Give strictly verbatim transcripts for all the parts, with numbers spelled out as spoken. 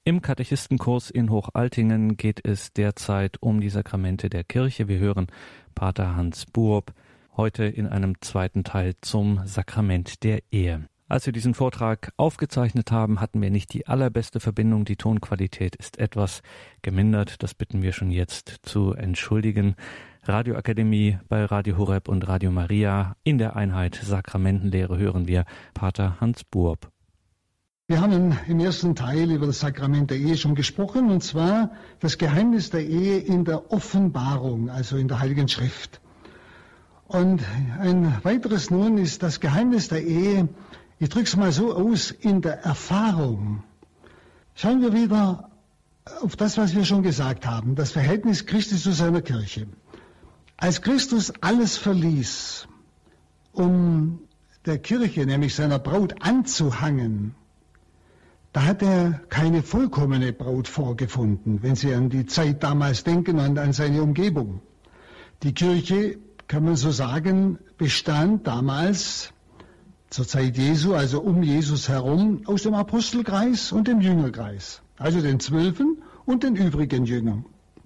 Im Katechistenkurs in Hochaltingen geht es derzeit um die Sakramente der Kirche. Wir hören Pater Hans Buob heute in einem zweiten Teil zum Sakrament der Ehe. Als wir diesen Vortrag aufgezeichnet haben, hatten wir nicht die allerbeste Verbindung. Die Tonqualität ist etwas gemindert. Das bitten wir schon jetzt zu entschuldigen. Radioakademie bei Radio Horeb und Radio Maria. In der Einheit Sakramentenlehre hören wir Pater Hans Buob. Wir haben im ersten Teil über das Sakrament der Ehe schon gesprochen, und zwar das Geheimnis der Ehe in der Offenbarung, also in der Heiligen Schrift. Und ein weiteres nun ist das Geheimnis der Ehe, ich drücke es mal so aus, in der Erfahrung. Schauen wir wieder auf das, was wir schon gesagt haben, das Verhältnis Christi zu seiner Kirche. Als Christus alles verließ, um der Kirche, nämlich seiner Braut, anzuhangen, da hat er keine vollkommene Braut vorgefunden, wenn Sie an die Zeit damals denken und an seine Umgebung. Die Kirche, kann man so sagen, bestand damals zur Zeit Jesu, also um Jesus herum, aus dem Apostelkreis und dem Jüngerkreis, also den Zwölfen und den übrigen Jüngern.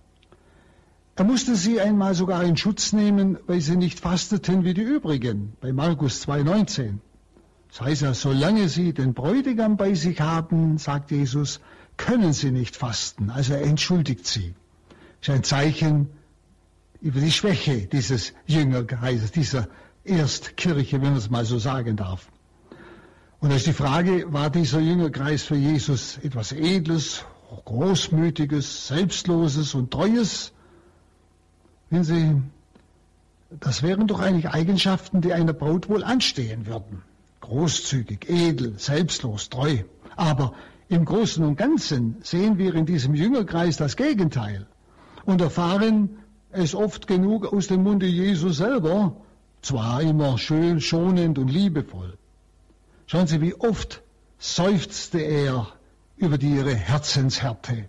Er musste sie einmal sogar in Schutz nehmen, weil sie nicht fasteten wie die übrigen, bei Markus zwei neunzehn. Das heißt ja, solange sie den Bräutigam bei sich haben, sagt Jesus, können sie nicht fasten. Also er entschuldigt sie. Das ist ein Zeichen über die Schwäche dieses Jüngerkreises, dieser Erstkirche, wenn man es mal so sagen darf. Und da ist die Frage, war dieser Jüngerkreis für Jesus etwas Edles, Großmütiges, Selbstloses und Treues? Wenn Sie, das wären doch eigentlich Eigenschaften, die einer Braut wohl anstehen würden. Großzügig, edel, selbstlos, treu. Aber im Großen und Ganzen sehen wir in diesem Jüngerkreis das Gegenteil und erfahren es oft genug aus dem Munde Jesu selber, zwar immer schön, schonend und liebevoll. Schauen Sie, wie oft seufzte er über die ihre Herzenshärte,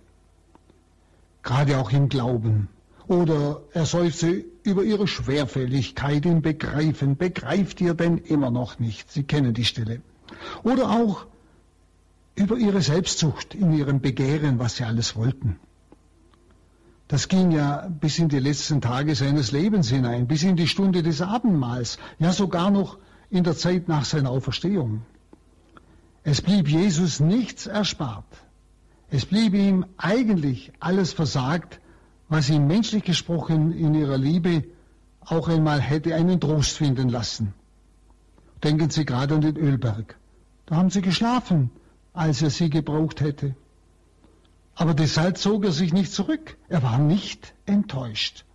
gerade auch im Glauben. Oder er seufzte über ihre Schwerfälligkeit im Begreifen. Begreift ihr denn immer noch nicht? Sie kennen die Stelle. Oder auch über ihre Selbstsucht in ihrem Begehren, was sie alles wollten. Das ging ja bis in die letzten Tage seines Lebens hinein, bis in die Stunde des Abendmahls, ja sogar noch in der Zeit nach seiner Auferstehung. Es blieb Jesus nichts erspart. Es blieb ihm eigentlich alles versagt, was ihm menschlich gesprochen in ihrer Liebe auch einmal hätte einen Trost finden lassen. Denken Sie gerade an den Ölberg. Da haben sie geschlafen, als er sie gebraucht hätte. Aber deshalb zog er sich nicht zurück. Er war nicht enttäuscht.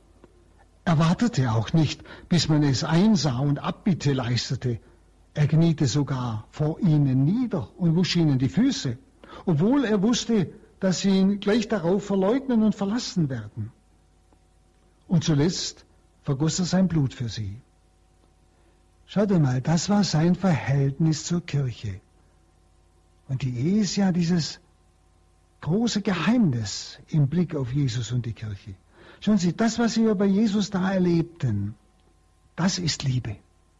Er wartete auch nicht, bis man es einsah und Abbitte leistete. Er kniete sogar vor ihnen nieder und wusch ihnen die Füße, obwohl er wusste, dass sie ihn gleich darauf verleugnen und verlassen werden. Und zuletzt vergoss er sein Blut für sie. Schaut mal, das war sein Verhältnis zur Kirche. Und die Ehe ist ja dieses große Geheimnis im Blick auf Jesus und die Kirche. Schauen Sie, das, was wir bei Jesus da erlebten, das ist Liebe.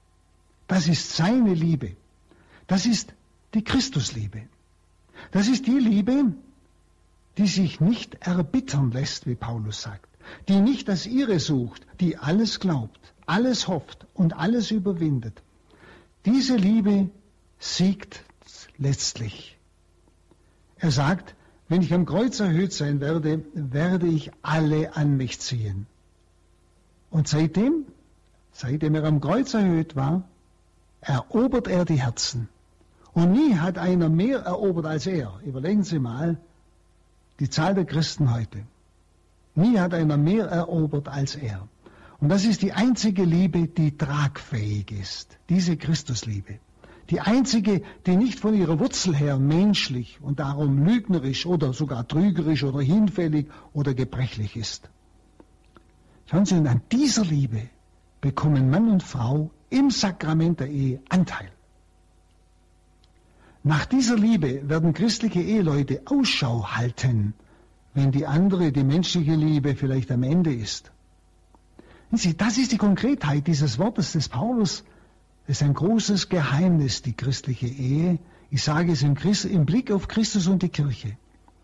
Das ist seine Liebe. Das ist die Christusliebe. Das ist die Liebe, die sich nicht erbittern lässt, wie Paulus sagt, die nicht das Ihre sucht, die alles glaubt, alles hofft und alles überwindet. Diese Liebe siegt letztlich. Er sagt, wenn ich am Kreuz erhöht sein werde, werde ich alle an mich ziehen. Und seitdem, seitdem er am Kreuz erhöht war, erobert er die Herzen. Und nie hat einer mehr erobert als er. Überlegen Sie mal, die Zahl der Christen heute. Nie hat einer mehr erobert als er. Und das ist die einzige Liebe, die tragfähig ist. Diese Christusliebe. Die einzige, die nicht von ihrer Wurzel her menschlich und darum lügnerisch oder sogar trügerisch oder hinfällig oder gebrechlich ist. Schauen Sie, und an dieser Liebe bekommen Mann und Frau im Sakrament der Ehe Anteil. Nach dieser Liebe werden christliche Eheleute Ausschau halten, wenn die andere, die menschliche Liebe vielleicht am Ende ist. Sie, das ist die Konkretheit dieses Wortes des Paulus. Es ist ein großes Geheimnis, die christliche Ehe. Ich sage es im, Christ, im Blick auf Christus und die Kirche.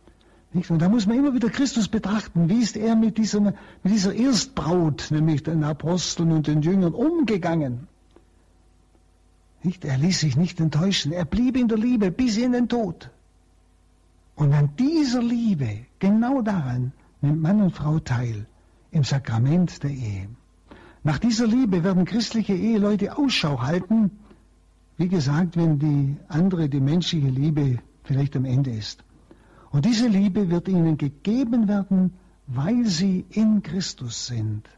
Nicht? Und da muss man immer wieder Christus betrachten. Wie ist er mit, diesem, mit dieser Erstbraut, nämlich den Aposteln und den Jüngern, umgegangen? Nicht? Er ließ sich nicht enttäuschen. Er blieb in der Liebe bis in den Tod. Und an dieser Liebe, genau daran, nimmt Mann und Frau teil im Sakrament der Ehe. Nach dieser Liebe werden christliche Eheleute Ausschau halten, wie gesagt, wenn die andere, die menschliche Liebe vielleicht am Ende ist. Und diese Liebe wird ihnen gegeben werden, weil sie in Christus sind.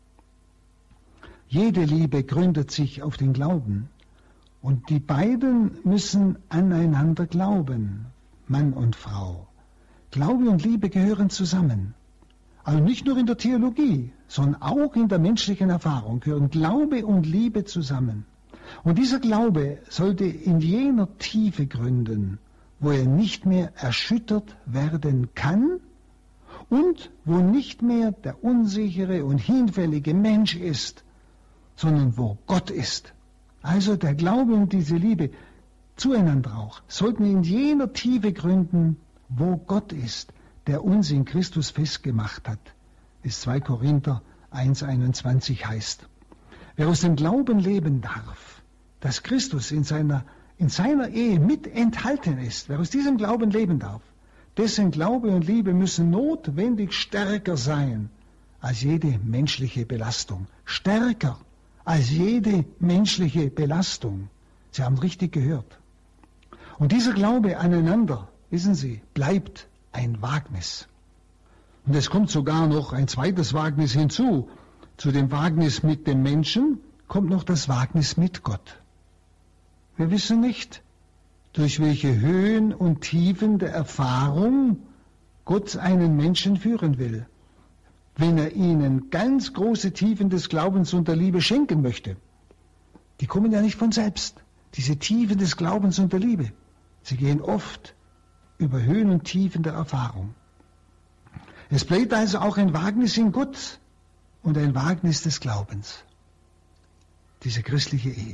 Jede Liebe gründet sich auf den Glauben. Und die beiden müssen aneinander glauben, Mann und Frau. Glaube und Liebe gehören zusammen. Also nicht nur in der Theologie, sondern auch in der menschlichen Erfahrung gehören Glaube und Liebe zusammen. Und dieser Glaube sollte in jener Tiefe gründen, wo er nicht mehr erschüttert werden kann und wo nicht mehr der unsichere und hinfällige Mensch ist, sondern wo Gott ist. Also der Glaube und diese Liebe zueinander auch sollten in jener Tiefe gründen, wo Gott ist, der uns in Christus festgemacht hat, wie es zwei Korinther eins einundzwanzig heißt. Wer aus dem Glauben leben darf, dass Christus in seiner, in seiner Ehe mit enthalten ist, wer aus diesem Glauben leben darf, dessen Glaube und Liebe müssen notwendig stärker sein als jede menschliche Belastung. Stärker als jede menschliche Belastung. Sie haben richtig gehört. Und dieser Glaube aneinander, wissen Sie, bleibt ein Wagnis. Und es kommt sogar noch ein zweites Wagnis hinzu. Zu dem Wagnis mit dem Menschen kommt noch das Wagnis mit Gott. Wir wissen nicht, durch welche Höhen und Tiefen der Erfahrung Gott einen Menschen führen will, wenn er ihnen ganz große Tiefen des Glaubens und der Liebe schenken möchte. Die kommen ja nicht von selbst, diese Tiefen des Glaubens und der Liebe. Sie gehen oft über Höhen und Tiefen der Erfahrung. Es bleibt also auch ein Wagnis in Gott und ein Wagnis des Glaubens, diese christliche Ehe.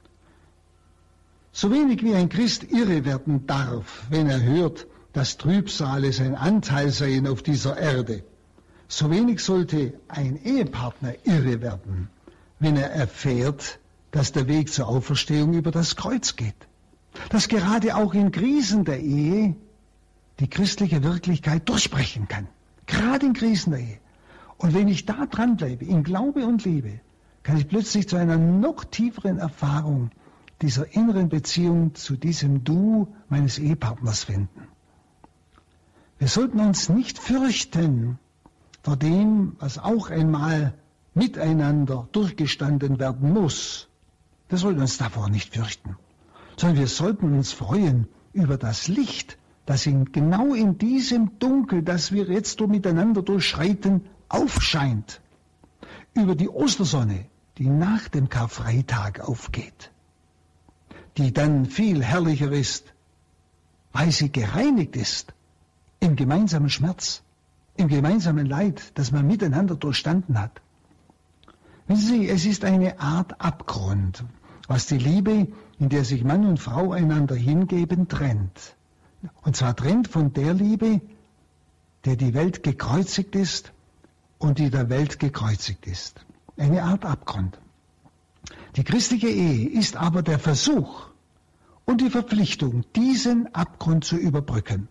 So wenig wie ein Christ irre werden darf, wenn er hört, dass Trübsale sein Anteil seien auf dieser Erde, so wenig sollte ein Ehepartner irre werden, wenn er erfährt, dass der Weg zur Auferstehung über das Kreuz geht. Dass gerade auch in Krisen der Ehe die christliche Wirklichkeit durchbrechen kann. Gerade in Krisen der Ehe. Und wenn ich da dranbleibe, in Glaube und Liebe, kann ich plötzlich zu einer noch tieferen Erfahrung dieser inneren Beziehung zu diesem Du meines Ehepartners finden. Wir sollten uns nicht fürchten vor dem, was auch einmal miteinander durchgestanden werden muss. Wir sollten uns davor nicht fürchten, sondern wir sollten uns freuen über das Licht, das in, genau in diesem Dunkel, das wir jetzt miteinander durchschreiten, aufscheint. Über die Ostersonne, die nach dem Karfreitag aufgeht, die dann viel herrlicher ist, weil sie gereinigt ist im gemeinsamen Schmerz, im gemeinsamen Leid, das man miteinander durchstanden hat. Wissen Sie, es ist eine Art Abgrund, was die Liebe, in der sich Mann und Frau einander hingeben, trennt. Und zwar trennt von der Liebe, der die Welt gekreuzigt ist und die der Welt gekreuzigt ist. Eine Art Abgrund. Die christliche Ehe ist aber der Versuch und die Verpflichtung, diesen Abgrund zu überbrücken.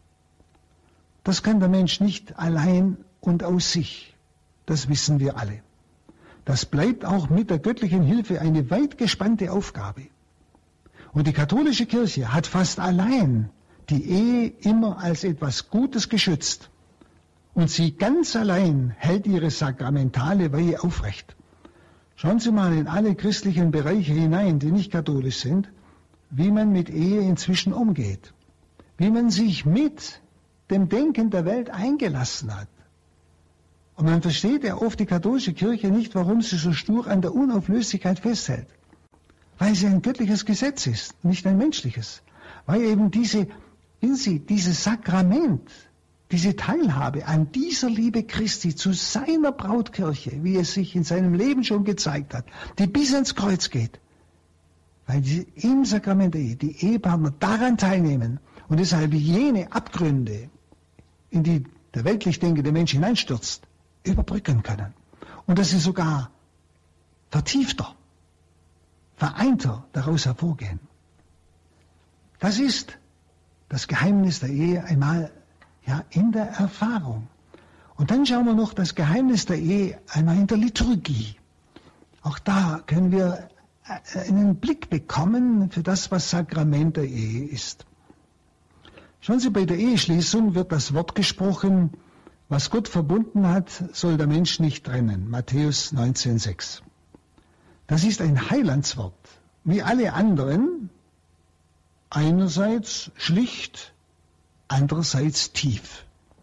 Das kann der Mensch nicht allein und aus sich. Das wissen wir alle. Das bleibt auch mit der göttlichen Hilfe eine weit gespannte Aufgabe. Und die katholische Kirche hat fast allein die Ehe immer als etwas Gutes geschützt. Und sie ganz allein hält ihre sakramentale Weihe aufrecht. Schauen Sie mal in alle christlichen Bereiche hinein, die nicht katholisch sind, wie man mit Ehe inzwischen umgeht. Wie man sich mit dem Denken der Welt eingelassen hat. Und man versteht ja oft die katholische Kirche nicht, warum sie so stur an der Unauflöslichkeit festhält. Weil sie ein göttliches Gesetz ist, nicht ein menschliches. Weil eben diese, wissen Sie, dieses Sakrament, diese Teilhabe an dieser Liebe Christi zu seiner Brautkirche, wie es sich in seinem Leben schon gezeigt hat, die bis ans Kreuz geht, weil die, im Sakrament der Ehe die Ehepartner daran teilnehmen und deshalb jene Abgründe in die der weltlich denkende Mensch hineinstürzt, überbrücken können. Und dass sie sogar vertiefter, vereinter daraus hervorgehen. Das ist das Geheimnis der Ehe einmal ja, in der Erfahrung. Und dann schauen wir noch das Geheimnis der Ehe einmal in der Liturgie. Auch da können wir einen Blick bekommen für das, was Sakrament der Ehe ist. Schauen Sie, bei der Eheschließung wird das Wort gesprochen, was Gott verbunden hat, soll der Mensch nicht trennen. Matthäus neunzehn sechs. Das ist ein Heilandswort, wie alle anderen, einerseits schlicht, andererseits tief.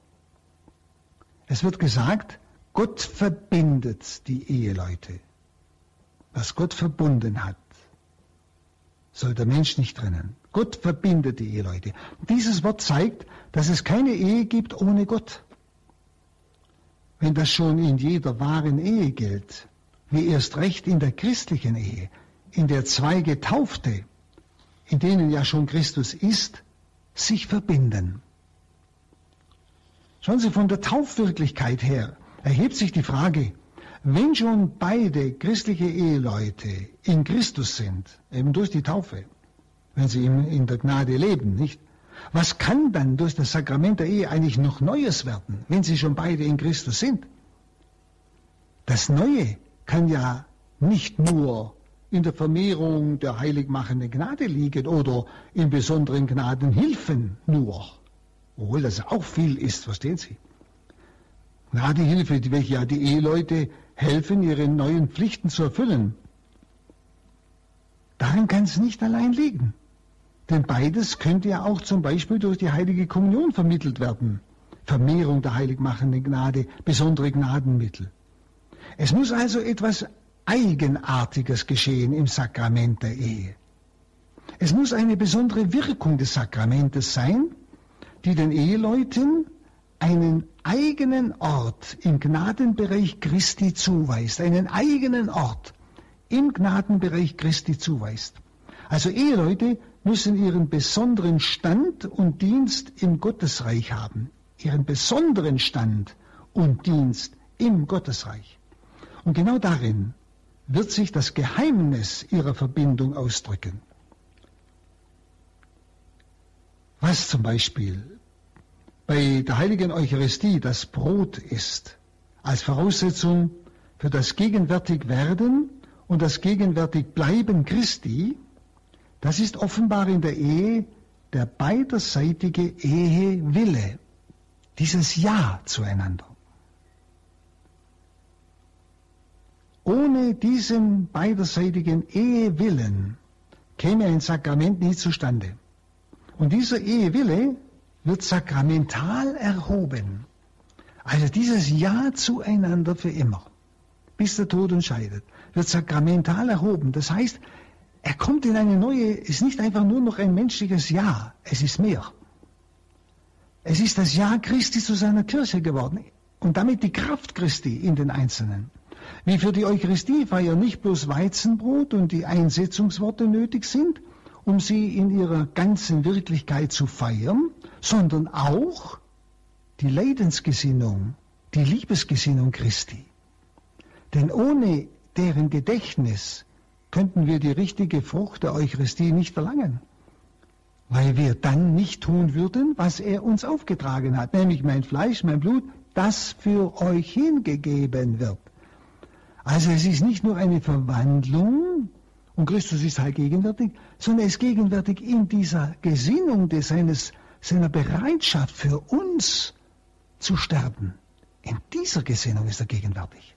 Es wird gesagt, Gott verbindet die Eheleute. Was Gott verbunden hat, soll der Mensch nicht trennen. Gott verbindet die Eheleute. Dieses Wort zeigt, dass es keine Ehe gibt ohne Gott. Wenn das schon in jeder wahren Ehe gilt, wie erst recht in der christlichen Ehe, in der zwei Getaufte, in denen ja schon Christus ist, sich verbinden. Schauen Sie, von der Taufwirklichkeit her erhebt sich die Frage, wenn schon beide christliche Eheleute in Christus sind, eben durch die Taufe, wenn sie in der Gnade leben, nicht? Was kann dann durch das Sakrament der Ehe eigentlich noch Neues werden, wenn sie schon beide in Christus sind? Das Neue kann ja nicht nur in der Vermehrung der heiligmachenden Gnade liegen oder in besonderen Gnadenhilfen nur, obwohl das auch viel ist, verstehen Sie? Gnadehilfe, welche ja die Eheleute helfen, ihre neuen Pflichten zu erfüllen. Daran kann es nicht allein liegen. Denn beides könnte ja auch zum Beispiel durch die heilige Kommunion vermittelt werden. Vermehrung der heiligmachenden Gnade, besondere Gnadenmittel. Es muss also etwas Eigenartiges geschehen im Sakrament der Ehe. Es muss eine besondere Wirkung des Sakramentes sein, die den Eheleuten einen eigenen Ort im Gnadenbereich Christi zuweist, einen eigenen Ort im Gnadenbereich Christi zuweist. Also Eheleute müssen ihren besonderen Stand und Dienst im Gottesreich haben, ihren besonderen Stand und Dienst im Gottesreich. Und genau darin wird sich das Geheimnis ihrer Verbindung ausdrücken. Was zum Beispiel bei der heiligen Eucharistie das Brot ist, als Voraussetzung für das Gegenwärtigwerden und das Gegenwärtigbleiben Christi, das ist offenbar in der Ehe der beiderseitige Ehewille, dieses Ja zueinander. Ohne diesen beiderseitigen Ehewillen käme ein Sakrament nie zustande. Und dieser Ehewille wird sakramental erhoben. Also dieses Ja zueinander für immer, bis der Tod uns scheidet, wird sakramental erhoben. Das heißt, er kommt in eine neue, ist nicht einfach nur noch ein menschliches Ja, es ist mehr. Es ist das Ja Christi zu seiner Kirche geworden und damit die Kraft Christi in den Einzelnen. Wie für die Eucharistiefeier nicht bloß Weizenbrot und die Einsetzungsworte nötig sind, um sie in ihrer ganzen Wirklichkeit zu feiern, sondern auch die Leidensgesinnung, die Liebesgesinnung Christi. Denn ohne deren Gedächtnis könnten wir die richtige Frucht der Eucharistie nicht erlangen, weil wir dann nicht tun würden, was er uns aufgetragen hat, nämlich mein Fleisch, mein Blut, das für euch hingegeben wird. Also es ist nicht nur eine Verwandlung, und Christus ist halt gegenwärtig, sondern er ist gegenwärtig in dieser Gesinnung des seines, seiner Bereitschaft für uns zu sterben. In dieser Gesinnung ist er gegenwärtig.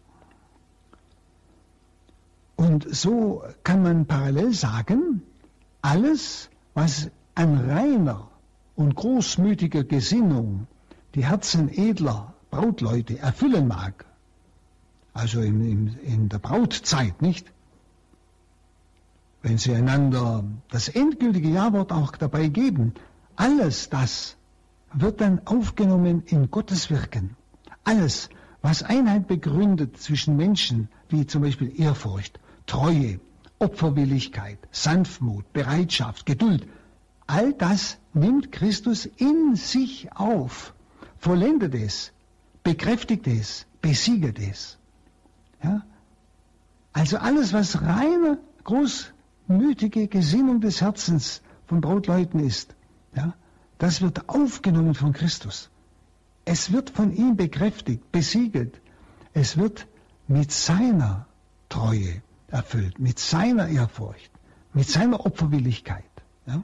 Und so kann man parallel sagen, alles, was an reiner und großmütiger Gesinnung die Herzen edler Brautleute erfüllen mag, also in, in, in der Brautzeit, nicht? Wenn sie einander das endgültige Ja-Wort auch dabei geben, alles das wird dann aufgenommen in Gottes Wirken. Alles, was Einheit begründet zwischen Menschen, wie zum Beispiel Ehrfurcht, Treue, Opferwilligkeit, Sanftmut, Bereitschaft, Geduld, all das nimmt Christus in sich auf, vollendet es, bekräftigt es, besiegelt es. Ja? Also alles, was reine, großmütige Gesinnung des Herzens von Brautleuten ist, ja, das wird aufgenommen von Christus. Es wird von ihm bekräftigt, besiegelt. Es wird mit seiner Treue erfüllt, mit seiner Ehrfurcht, mit seiner Opferwilligkeit. Ja?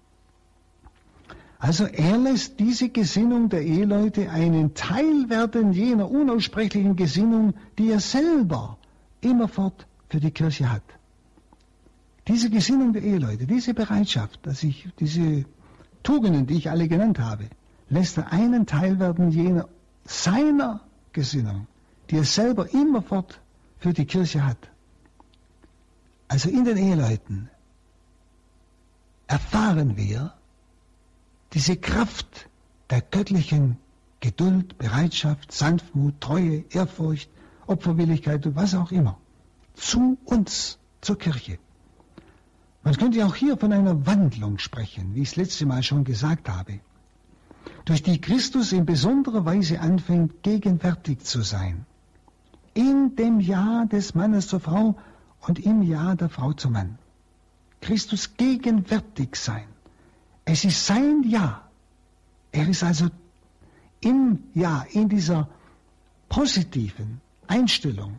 Also er lässt diese Gesinnung der Eheleute einen Teil werden jener unaussprechlichen Gesinnung, die er selber immerfort für die Kirche hat. Diese Gesinnung der Eheleute, diese Bereitschaft, dass ich diese Tugenden, die ich alle genannt habe, lässt er einen Teil werden jener seiner Gesinnung, die er selber immerfort für die Kirche hat. Also in den Eheleuten erfahren wir diese Kraft der göttlichen Geduld, Bereitschaft, Sanftmut, Treue, Ehrfurcht, Opferwilligkeit und was auch immer zu uns, zur Kirche. Man könnte auch hier von einer Wandlung sprechen, wie ich es letzte Mal schon gesagt habe, durch die Christus in besonderer Weise anfängt, gegenwärtig zu sein. In dem Ja des Mannes zur Frau und im Ja der Frau zum Mann. Christus gegenwärtig sein. Es ist sein Ja. Er ist also im Ja, in dieser positiven Einstellung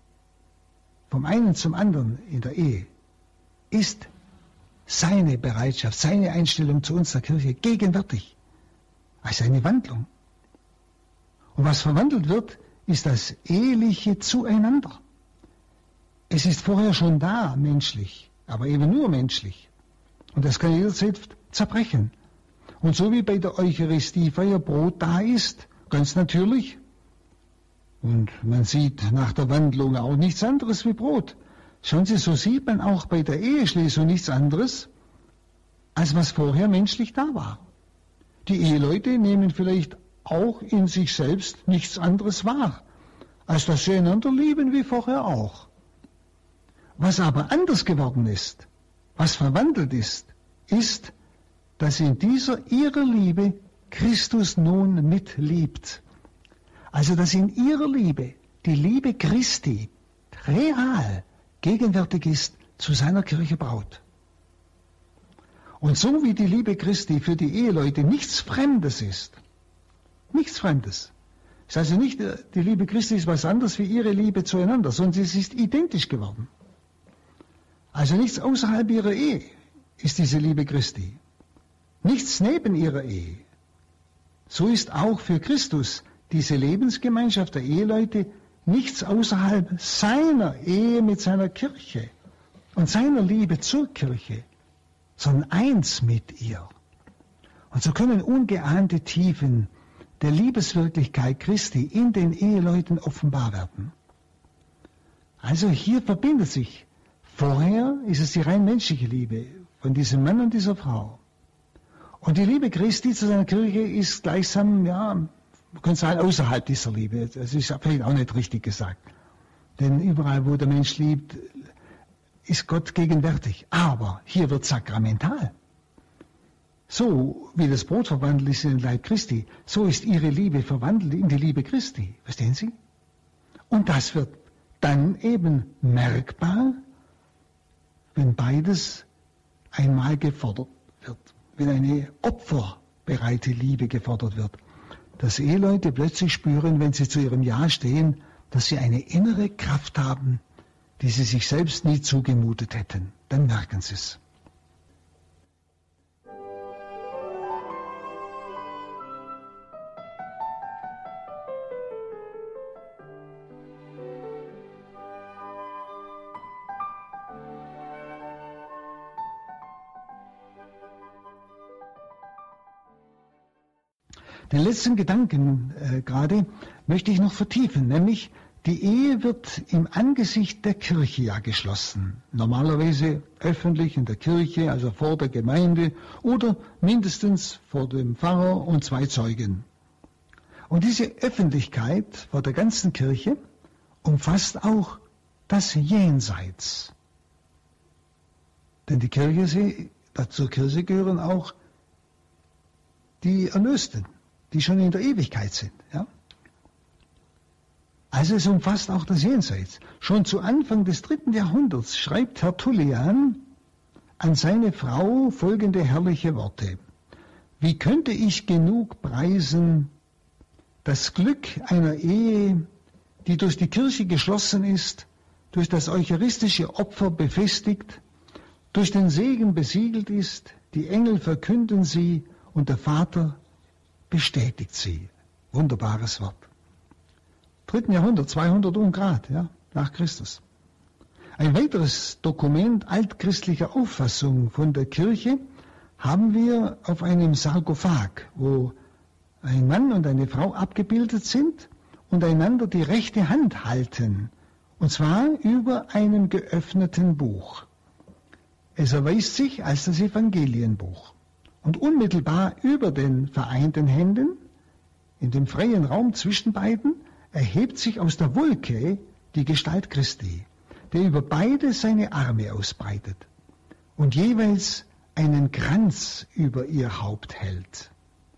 vom einen zum anderen in der Ehe, ist seine Bereitschaft, seine Einstellung zu uns der Kirche gegenwärtig. Also eine Wandlung. Und was verwandelt wird, ist das eheliche Zueinander. Es ist vorher schon da, menschlich, aber eben nur menschlich. Und das kann jederzeit zerbrechen. Und so wie bei der Eucharistiefeier Brot da ist, ganz natürlich, und man sieht nach der Wandlung auch nichts anderes wie Brot. Schauen Sie, so sieht man auch bei der Eheschließung nichts anderes, als was vorher menschlich da war. Die Eheleute nehmen vielleicht auch in sich selbst nichts anderes wahr, als dass sie einander lieben wie vorher auch. Was aber anders geworden ist, was verwandelt ist, ist, dass in dieser ihrer Liebe Christus nun mitliebt. Also dass in ihrer Liebe die Liebe Christi real gegenwärtig ist zu seiner Kirche Braut. Und so wie die Liebe Christi für die Eheleute nichts Fremdes ist, nichts Fremdes, ist also nicht, die Liebe Christi ist was anderes wie ihre Liebe zueinander, sondern sie ist identisch geworden. Also nichts außerhalb ihrer Ehe ist diese Liebe Christi. Nichts neben ihrer Ehe. So ist auch für Christus diese Lebensgemeinschaft der Eheleute nichts außerhalb seiner Ehe mit seiner Kirche und seiner Liebe zur Kirche, sondern eins mit ihr. Und so können ungeahnte Tiefen der Liebeswirklichkeit Christi in den Eheleuten offenbar werden. Also hier verbindet sich, vorher ist es die rein menschliche Liebe von diesem Mann und dieser Frau. Und die Liebe Christi zu seiner Kirche ist gleichsam, ja, man könnte sagen, außerhalb dieser Liebe. Das ist vielleicht auch nicht richtig gesagt. Denn überall, wo der Mensch liebt, ist Gott gegenwärtig. Aber hier wird sakramental. So wie das Brot verwandelt ist in den Leib Christi, so ist ihre Liebe verwandelt in die Liebe Christi. Verstehen Sie? Und das wird dann eben merkbar, wenn beides einmal gefordert wird. Wenn eine opferbereite Liebe gefordert wird. Dass Eheleute plötzlich spüren, wenn sie zu ihrem Ja stehen, dass sie eine innere Kraft haben, die sie sich selbst nie zugemutet hätten. Dann merken sie es. Den letzten Gedanken äh, gerade möchte ich noch vertiefen, nämlich die Ehe wird im Angesicht der Kirche ja geschlossen. Normalerweise öffentlich in der Kirche, also vor der Gemeinde oder mindestens vor dem Pfarrer und zwei Zeugen. Und diese Öffentlichkeit vor der ganzen Kirche umfasst auch das Jenseits. Denn die Kirche, zur Kirche gehören auch die Erlösten. die schon in der Ewigkeit sind. Ja? Also es umfasst auch das Jenseits. Schon zu Anfang des dritten Jahrhunderts schreibt Tertullian an seine Frau folgende herrliche Worte. Wie könnte ich genug preisen das Glück einer Ehe, die durch die Kirche geschlossen ist, durch das eucharistische Opfer befestigt, durch den Segen besiegelt ist, die Engel verkünden sie und der Vater bestätigt sie. Wunderbares Wort. Dritten Jahrhundert, zweihundert Grad, ja, nach Christus. Ein weiteres Dokument altchristlicher Auffassung von der Kirche haben wir auf einem Sarkophag, wo ein Mann und eine Frau abgebildet sind und einander die rechte Hand halten, und zwar über einem geöffneten Buch. Es erweist sich als das Evangelienbuch. Und unmittelbar über den vereinten Händen, in dem freien Raum zwischen beiden, erhebt sich aus der Wolke die Gestalt Christi, der über beide seine Arme ausbreitet und jeweils einen Kranz über ihr Haupt hält.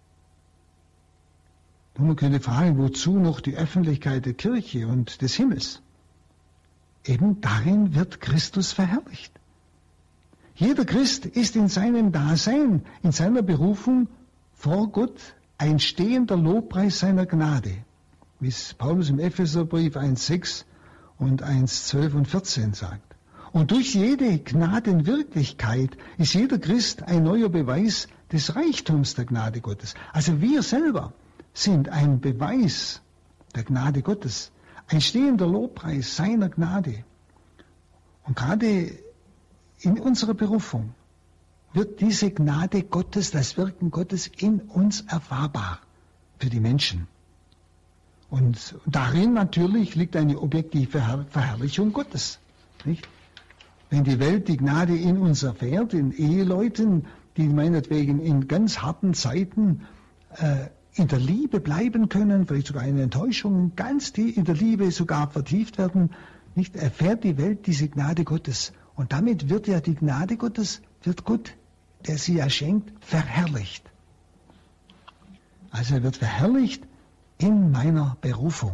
Nun, man könnte fragen, wozu noch die Öffentlichkeit der Kirche und des Himmels? Eben darin wird Christus verherrlicht. Jeder Christ ist in seinem Dasein, in seiner Berufung vor Gott ein stehender Lobpreis seiner Gnade, wie es Paulus im Epheserbrief eins sechs und eins zwölf und vierzehn sagt. Und durch jede Gnadenwirklichkeit ist jeder Christ ein neuer Beweis des Reichtums der Gnade Gottes. Also wir selber sind ein Beweis der Gnade Gottes, ein stehender Lobpreis seiner Gnade. Und gerade in unserer Berufung wird diese Gnade Gottes, das Wirken Gottes in uns erfahrbar für die Menschen. Und darin natürlich liegt eine objektive Verherrlichung Gottes. Nicht? Wenn die Welt die Gnade in uns erfährt, in Eheleuten, die meinetwegen in ganz harten Zeiten äh, in der Liebe bleiben können, vielleicht sogar in Enttäuschung, ganz die in der Liebe sogar vertieft werden, nicht erfährt die Welt diese Gnade Gottes. Und damit wird ja die Gnade Gottes, wird Gott, der sie ja schenkt, verherrlicht. Also er wird verherrlicht in meiner Berufung.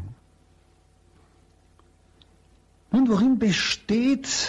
Nun, worin besteht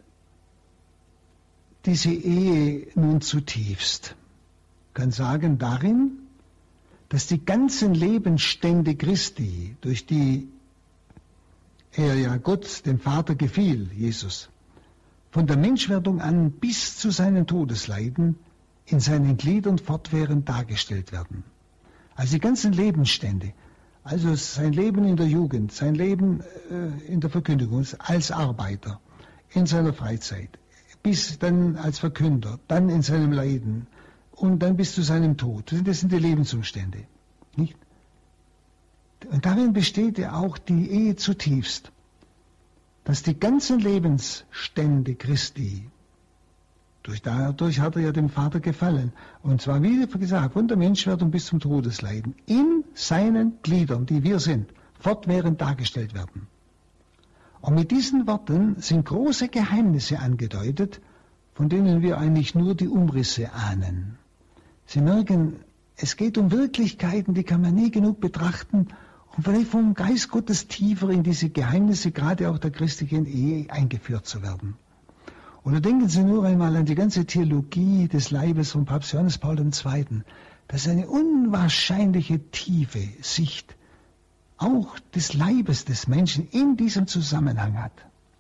diese Ehe nun zutiefst? Ich kann sagen, darin, dass die ganzen Lebensstände Christi, durch die er ja Gott, dem Vater, gefiel, Jesus, von der Menschwerdung an bis zu seinen Todesleiden in seinen Gliedern fortwährend dargestellt werden. Also die ganzen Lebensstände, also sein Leben in der Jugend, sein Leben äh, in der Verkündigung als Arbeiter, in seiner Freizeit, bis dann als Verkünder, dann in seinem Leiden und dann bis zu seinem Tod. Das sind die Lebensumstände, nicht? Und darin besteht ja auch die Ehe zutiefst, dass die ganzen Lebensstände Christi, durch dadurch hat er ja dem Vater gefallen, und zwar, wie gesagt, von der Menschwerdung bis zum Todesleiden, in seinen Gliedern, die wir sind, fortwährend dargestellt werden. Und mit diesen Worten sind große Geheimnisse angedeutet, von denen wir eigentlich nur die Umrisse ahnen. Sie merken, es geht um Wirklichkeiten, die kann man nie genug betrachten, und vielleicht vom Geist Gottes tiefer in diese Geheimnisse, gerade auch der christlichen Ehe, eingeführt zu werden. Oder denken Sie nur einmal an die ganze Theologie des Leibes von Papst Johannes Paul der Zweite. Das ist eine unwahrscheinliche tiefe Sicht auch des Leibes des Menschen in diesem Zusammenhang hat.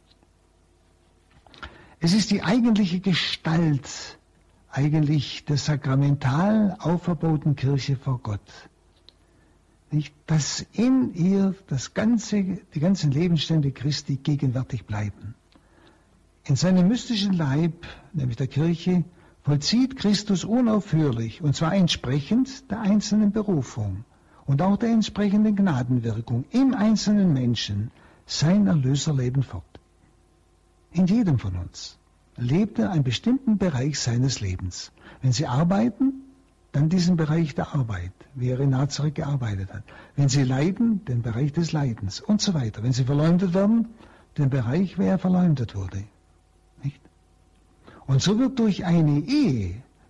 Es ist die eigentliche Gestalt eigentlich der sakramental auferbauten Kirche vor Gott. Nicht, dass in ihr das ganze, die ganzen Lebensstände Christi gegenwärtig bleiben. In seinem mystischen Leib, nämlich der Kirche, vollzieht Christus unaufhörlich, und zwar entsprechend der einzelnen Berufung und auch der entsprechenden Gnadenwirkung im einzelnen Menschen, sein Erlöserleben fort. In jedem von uns lebt er einen bestimmten Bereich seines Lebens. Wenn Sie arbeiten, dann diesen Bereich der Arbeit, wie er in Nazareth gearbeitet hat. Wenn Sie leiden, den Bereich des Leidens und so weiter. Wenn Sie verleumdet werden, den Bereich, wie er verleumdet wurde. Nicht? Und so wird durch eine Ehe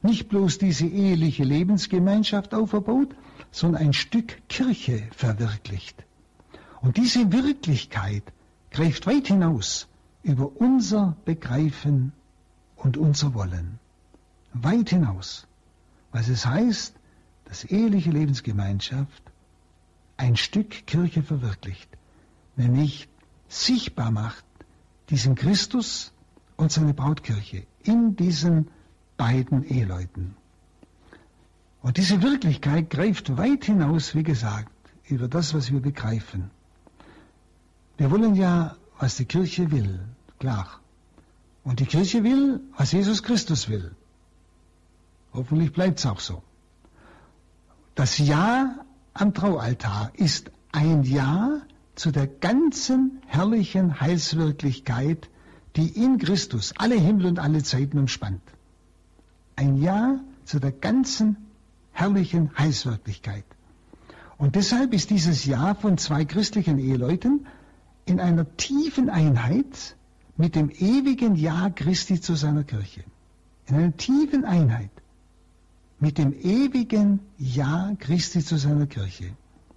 nicht bloß diese eheliche Lebensgemeinschaft auferbaut, sondern ein Stück Kirche verwirklicht. Und diese Wirklichkeit greift weit hinaus über unser Begreifen und unser Wollen. Weit hinaus. Was es heißt, dass eheliche Lebensgemeinschaft ein Stück Kirche verwirklicht, nämlich sichtbar macht diesen Christus und seine Brautkirche in diesen beiden Eheleuten. Und diese Wirklichkeit greift weit hinaus, wie gesagt, über das, was wir begreifen. Wir wollen ja, was die Kirche will, klar. Und die Kirche will, was Jesus Christus will. Hoffentlich bleibt es auch so. Das Ja am Traualtar ist ein Ja zu der ganzen herrlichen Heilswirklichkeit, die in Christus alle Himmel und alle Zeiten umspannt. Ein Ja zu der ganzen herrlichen Heilswirklichkeit. Und deshalb ist dieses Ja von zwei christlichen Eheleuten in einer tiefen Einheit mit dem ewigen Ja Christi zu seiner Kirche. In einer tiefen Einheit mit dem ewigen Ja Christi zu seiner Kirche.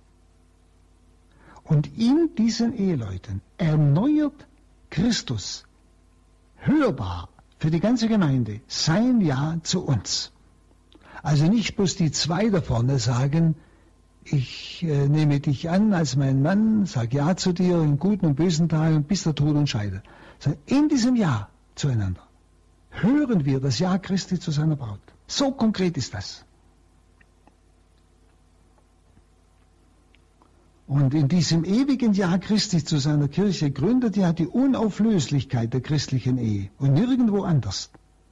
Und in diesen Eheleuten erneuert Christus hörbar für die ganze Gemeinde sein Ja zu uns. Also nicht bloß die zwei da vorne sagen, ich äh, nehme dich an als mein Mann, sag Ja zu dir in guten und bösen Tagen, bis der Tod uns scheidet. Sondern in diesem Ja zueinander hören wir das Ja Christi zu seiner Braut. So konkret ist das. Und in diesem ewigen Ja Christi zu seiner Kirche gründet ja die Unauflöslichkeit der christlichen Ehe und nirgendwo anders.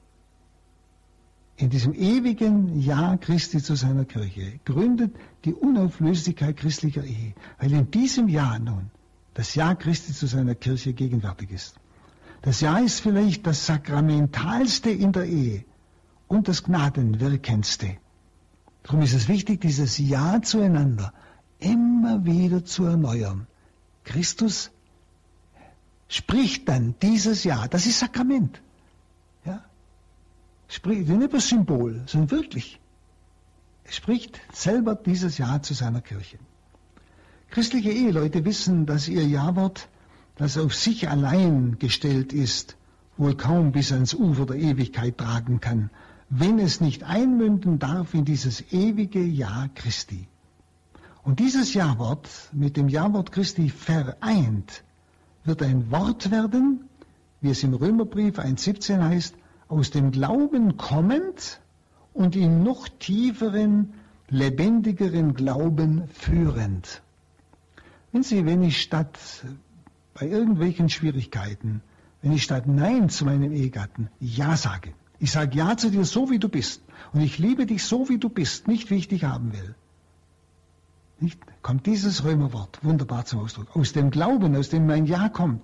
In diesem ewigen Ja Christi zu seiner Kirche gründet die Unauflöslichkeit christlicher Ehe, weil in diesem Ja nun das Ja Christi zu seiner Kirche gegenwärtig ist. Das Ja ist vielleicht das Sakramentalste in der Ehe und das Gnadenwirkendste. Darum ist es wichtig, dieses Ja zueinander immer wieder zu erneuern. Christus spricht dann dieses Ja, das ist Sakrament. Ja? Spricht nicht nur Symbol, sondern wirklich. Er spricht selber dieses Ja zu seiner Kirche. Christliche Eheleute wissen, dass ihr Ja-Wort, das auf sich allein gestellt ist, wohl kaum bis ans Ufer der Ewigkeit tragen kann, wenn es nicht einmünden darf in dieses ewige Ja Christi. Und dieses Ja-Wort mit dem Ja-Wort Christi vereint, wird ein Wort werden, wie es im Römerbrief eins siebzehn heißt, aus dem Glauben kommend und in noch tieferen, lebendigeren Glauben führend. Wenn Sie, wenn ich statt bei irgendwelchen Schwierigkeiten, wenn ich statt Nein zu meinem Ehegatten Ja sage, ich sage Ja zu dir so, wie du bist, und ich liebe dich so, wie du bist, nicht wie ich dich haben will, nicht? Kommt dieses Römerwort wunderbar zum Ausdruck. Aus dem Glauben, aus dem mein Ja kommt.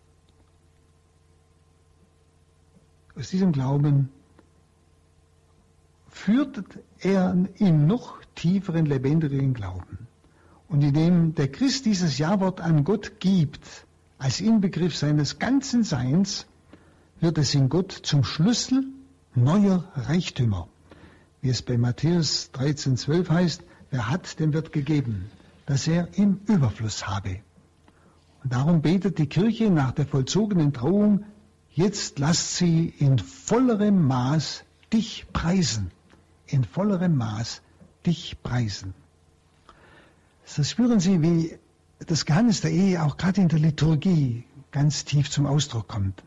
Aus diesem Glauben führt er in noch tieferen, lebendigeren Glauben. Und indem der Christ dieses Ja-Wort an Gott gibt, als Inbegriff seines ganzen Seins, wird es in Gott zum Schlüssel neuer Reichtümer. Wie es bei Matthäus dreizehn zwölf heißt, wer hat, dem wird gegeben, dass er im Überfluss habe. Und darum betet die Kirche nach der vollzogenen Trauung, jetzt lasst sie in vollerem Maß dich preisen. In vollerem Maß dich preisen. So spüren Sie, wie das Geheimnis der Ehe auch gerade in der Liturgie ganz tief zum Ausdruck kommt.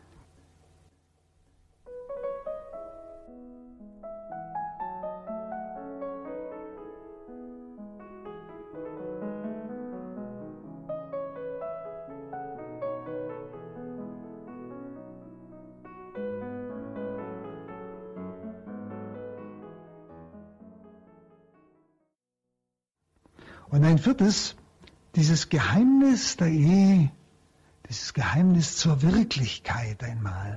Und ein viertes, dieses Geheimnis der Ehe, dieses Geheimnis zur Wirklichkeit einmal.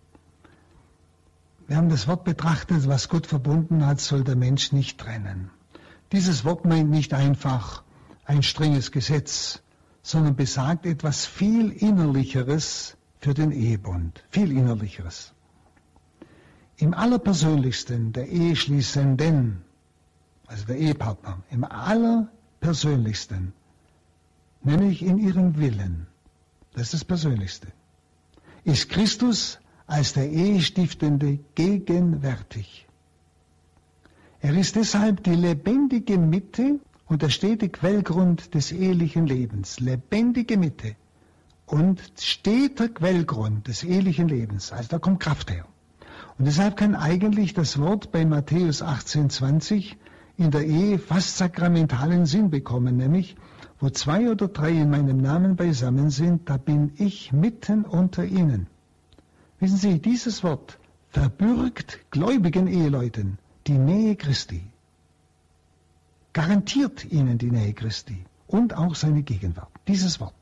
Wir haben das Wort betrachtet, was Gott verbunden hat, soll der Mensch nicht trennen. Dieses Wort meint nicht einfach ein strenges Gesetz, sondern besagt etwas viel Innerlicheres für den Ehebund, viel Innerlicheres. im Allerpersönlichsten der Eheschließenden, also der Ehepartner, im Allerpersönlichsten, nämlich in ihrem Willen, das ist das Persönlichste, ist Christus als der Ehestiftende gegenwärtig. Er ist deshalb die lebendige Mitte und der stete Quellgrund des ehelichen Lebens. Lebendige Mitte und steter Quellgrund des ehelichen Lebens. Also da kommt Kraft her. Und deshalb kann eigentlich das Wort bei Matthäus achtzehn zwanzig in der Ehe fast sakramentalen Sinn bekommen, nämlich, wo zwei oder drei in meinem Namen beisammen sind, da bin ich mitten unter ihnen. Wissen Sie, dieses Wort verbürgt gläubigen Eheleuten die Nähe Christi, garantiert ihnen die Nähe Christi und auch seine Gegenwart, dieses Wort.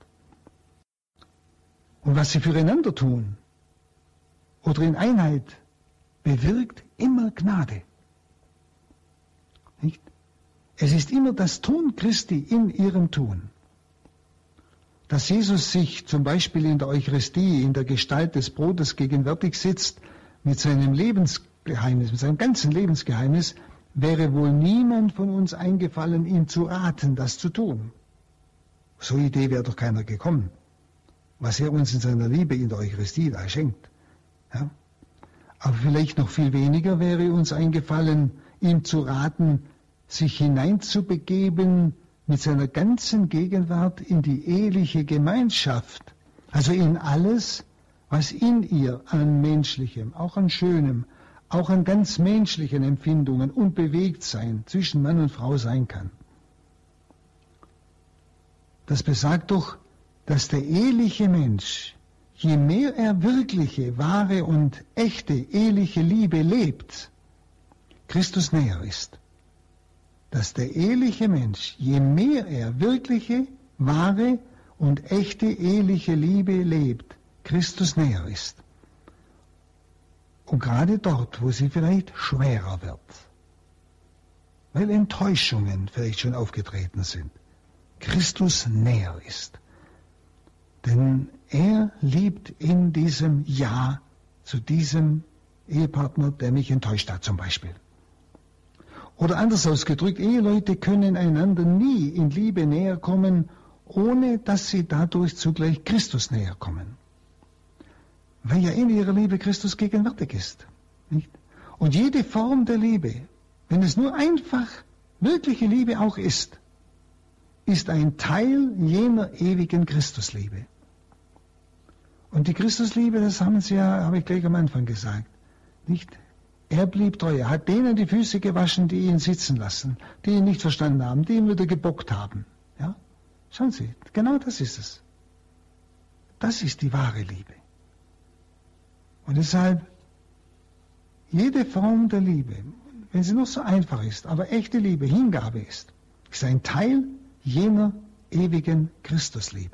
Und was sie füreinander tun oder in Einheit, bewirkt immer Gnade. Nicht? Es ist immer das Tun Christi in ihrem Tun. Dass Jesus sich zum Beispiel in der Eucharistie, in der Gestalt des Brotes gegenwärtig sitzt, mit seinem Lebensgeheimnis, mit seinem ganzen Lebensgeheimnis, wäre wohl niemand von uns eingefallen, ihm zu raten, das zu tun. So eine Idee wäre doch keiner gekommen, was er uns in seiner Liebe in der Eucharistie da schenkt. Ja? Aber vielleicht noch viel weniger wäre uns eingefallen, ihm zu raten, sich hineinzubegeben mit seiner ganzen Gegenwart in die eheliche Gemeinschaft, also in alles, was in ihr an Menschlichem, auch an Schönem, auch an ganz menschlichen Empfindungen und Bewegtsein zwischen Mann und Frau sein kann. Das besagt doch, dass der eheliche Mensch, je mehr er wirkliche, wahre und echte eheliche Liebe lebt, Christus näher ist. Dass der eheliche Mensch, je mehr er wirkliche, wahre und echte eheliche Liebe lebt, Christus näher ist. Und gerade dort, wo sie vielleicht schwerer wird, weil Enttäuschungen vielleicht schon aufgetreten sind, Christus näher ist. Denn er liebt in diesem Ja zu diesem Ehepartner, der mich enttäuscht hat zum Beispiel. Oder anders ausgedrückt, Eheleute können einander nie in Liebe näher kommen, ohne dass sie dadurch zugleich Christus näher kommen. Weil ja in ihrer Liebe Christus gegenwärtig ist. Nicht? Und jede Form der Liebe, wenn es nur einfach wirkliche Liebe auch ist, ist ein Teil jener ewigen Christusliebe. Und die Christusliebe, das haben Sie ja, habe ich gleich am Anfang gesagt, nicht? Er blieb treu, er hat denen die Füße gewaschen, die ihn sitzen lassen, die ihn nicht verstanden haben, die ihn wieder gebockt haben. Ja? Schauen Sie, genau das ist es. Das ist die wahre Liebe. Und deshalb, jede Form der Liebe, wenn sie noch so einfach ist, aber echte Liebe, Hingabe ist, ist ein Teil jener ewigen Christusliebe.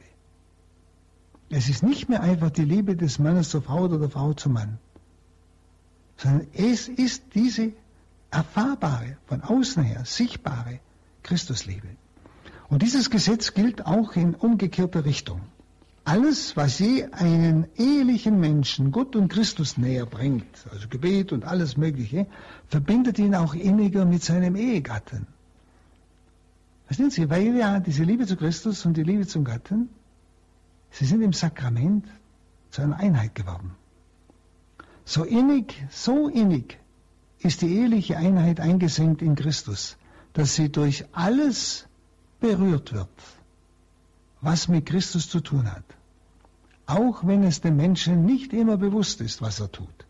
Es ist nicht mehr einfach die Liebe des Mannes zur Frau oder der Frau zum Mann, sondern es ist diese erfahrbare, von außen her sichtbare Christusliebe. Und dieses Gesetz gilt auch in umgekehrter Richtung. Alles, was je einen ehelichen Menschen Gott und Christus näher bringt, also Gebet und alles Mögliche, verbindet ihn auch inniger mit seinem Ehegatten. Verstehen Sie, weil ja diese Liebe zu Christus und die Liebe zum Gatten, sie sind im Sakrament zu einer Einheit geworden. So innig, so innig ist die eheliche Einheit eingesenkt in Christus, dass sie durch alles berührt wird, was mit Christus zu tun hat. Auch wenn es dem Menschen nicht immer bewusst ist, was er tut.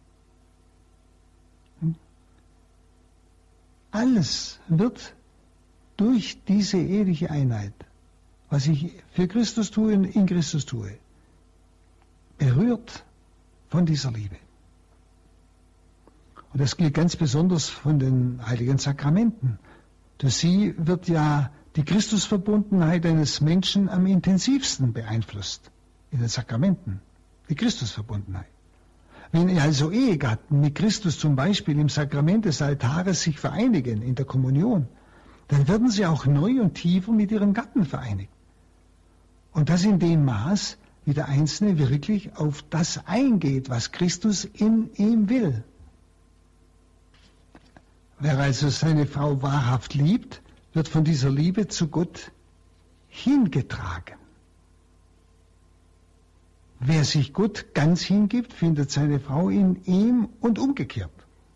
Alles wird durch diese eheliche Einheit, was ich für Christus tue und in Christus tue, berührt von dieser Liebe. Und das gilt ganz besonders von den heiligen Sakramenten. Durch sie wird ja die Christusverbundenheit eines Menschen am intensivsten beeinflusst in den Sakramenten. Die Christusverbundenheit. Wenn also Ehegatten mit Christus zum Beispiel im Sakrament des Altares sich vereinigen in der Kommunion, dann werden sie auch neu und tiefer mit ihrem Gatten vereinigt. Und das in dem Maß, wie der Einzelne wirklich auf das eingeht, was Christus in ihm will. Wer also seine Frau wahrhaft liebt, wird von dieser Liebe zu Gott hingetragen. Wer sich Gott ganz hingibt, findet seine Frau in ihm und umgekehrt.